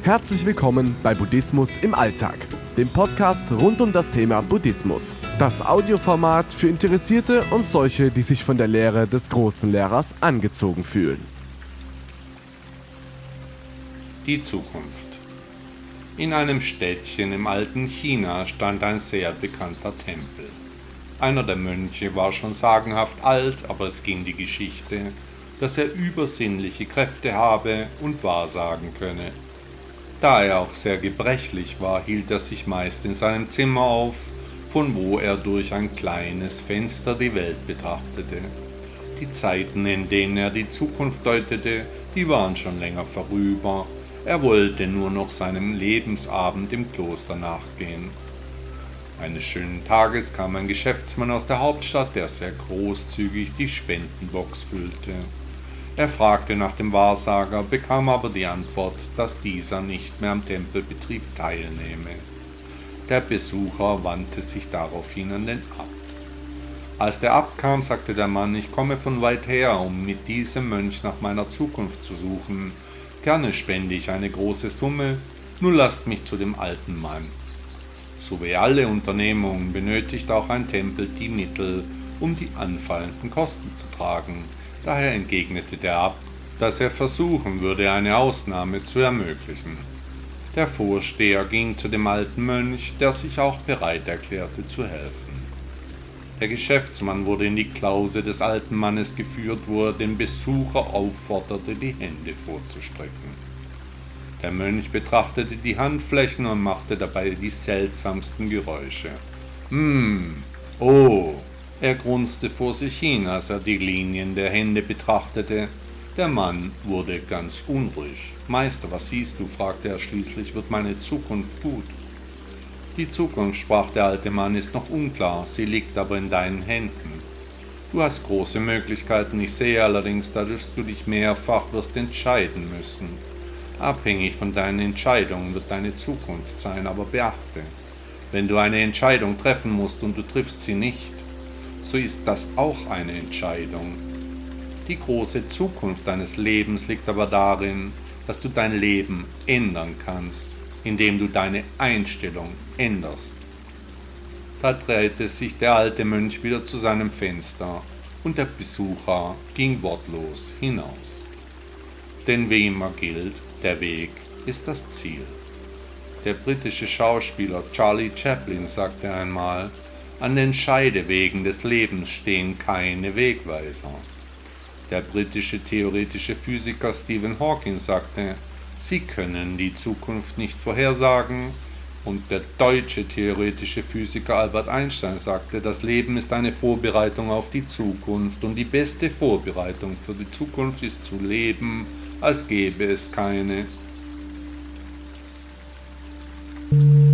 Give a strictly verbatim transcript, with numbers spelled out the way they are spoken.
Herzlich willkommen bei Buddhismus im Alltag, dem Podcast rund um das Thema Buddhismus. Das Audioformat für Interessierte und solche, die sich von der Lehre des großen Lehrers angezogen fühlen. Die Zukunft. In einem Städtchen im alten China stand ein sehr bekannter Tempel. Einer der Mönche war schon sagenhaft alt, aber es ging die Geschichte, dass er übersinnliche Kräfte habe und wahrsagen könne. Da er auch sehr gebrechlich war, hielt er sich meist in seinem Zimmer auf, von wo er durch ein kleines Fenster die Welt betrachtete. Die Zeiten, in denen er die Zukunft deutete, die waren schon länger vorüber. Er wollte nur noch seinem Lebensabend im Kloster nachgehen. Eines schönen Tages kam ein Geschäftsmann aus der Hauptstadt, der sehr großzügig die Spendenbox füllte. Er fragte nach dem Wahrsager, bekam aber die Antwort, dass dieser nicht mehr am Tempelbetrieb teilnehme. Der Besucher wandte sich daraufhin an den Abt. Als der Abt kam, sagte der Mann, ich komme von weit her, um mit diesem Mönch nach meiner Zukunft zu suchen. Gerne spende ich eine große Summe, nur lasst mich zu dem alten Mann. So wie alle Unternehmungen benötigt auch ein Tempel die Mittel, um die anfallenden Kosten zu tragen. Daher entgegnete der Abt, dass er versuchen würde, eine Ausnahme zu ermöglichen. Der Vorsteher ging zu dem alten Mönch, der sich auch bereit erklärte zu helfen. Der Geschäftsmann wurde in die Klause des alten Mannes geführt, wo er den Besucher aufforderte, die Hände vorzustrecken. Der Mönch betrachtete die Handflächen und machte dabei die seltsamsten Geräusche. Hm, oh, er grunzte vor sich hin, als er die Linien der Hände betrachtete. Der Mann wurde ganz unruhig. »Meister, was siehst du?« fragte er schließlich. »Wird meine Zukunft gut?« »Die Zukunft«, sprach der alte Mann, »ist noch unklar, sie liegt aber in deinen Händen. Du hast große Möglichkeiten, ich sehe allerdings, dass du dich mehrfach wirst entscheiden müssen. Abhängig von deinen Entscheidungen wird deine Zukunft sein, aber beachte, wenn du eine Entscheidung treffen musst und du triffst sie nicht, so ist das auch eine Entscheidung. Die große Zukunft deines Lebens liegt aber darin, dass du dein Leben ändern kannst, indem du deine Einstellung änderst.« Da drehte sich der alte Mönch wieder zu seinem Fenster und der Besucher ging wortlos hinaus. Denn wie immer gilt, der Weg ist das Ziel. Der britische Schauspieler Charlie Chaplin sagte einmal, an den Scheidewegen des Lebens stehen keine Wegweiser. Der britische theoretische Physiker Stephen Hawking sagte, Sie können die Zukunft nicht vorhersagen. Und der deutsche theoretische Physiker Albert Einstein sagte, das Leben ist eine Vorbereitung auf die Zukunft und die beste Vorbereitung für die Zukunft ist zu leben, als gäbe es keine.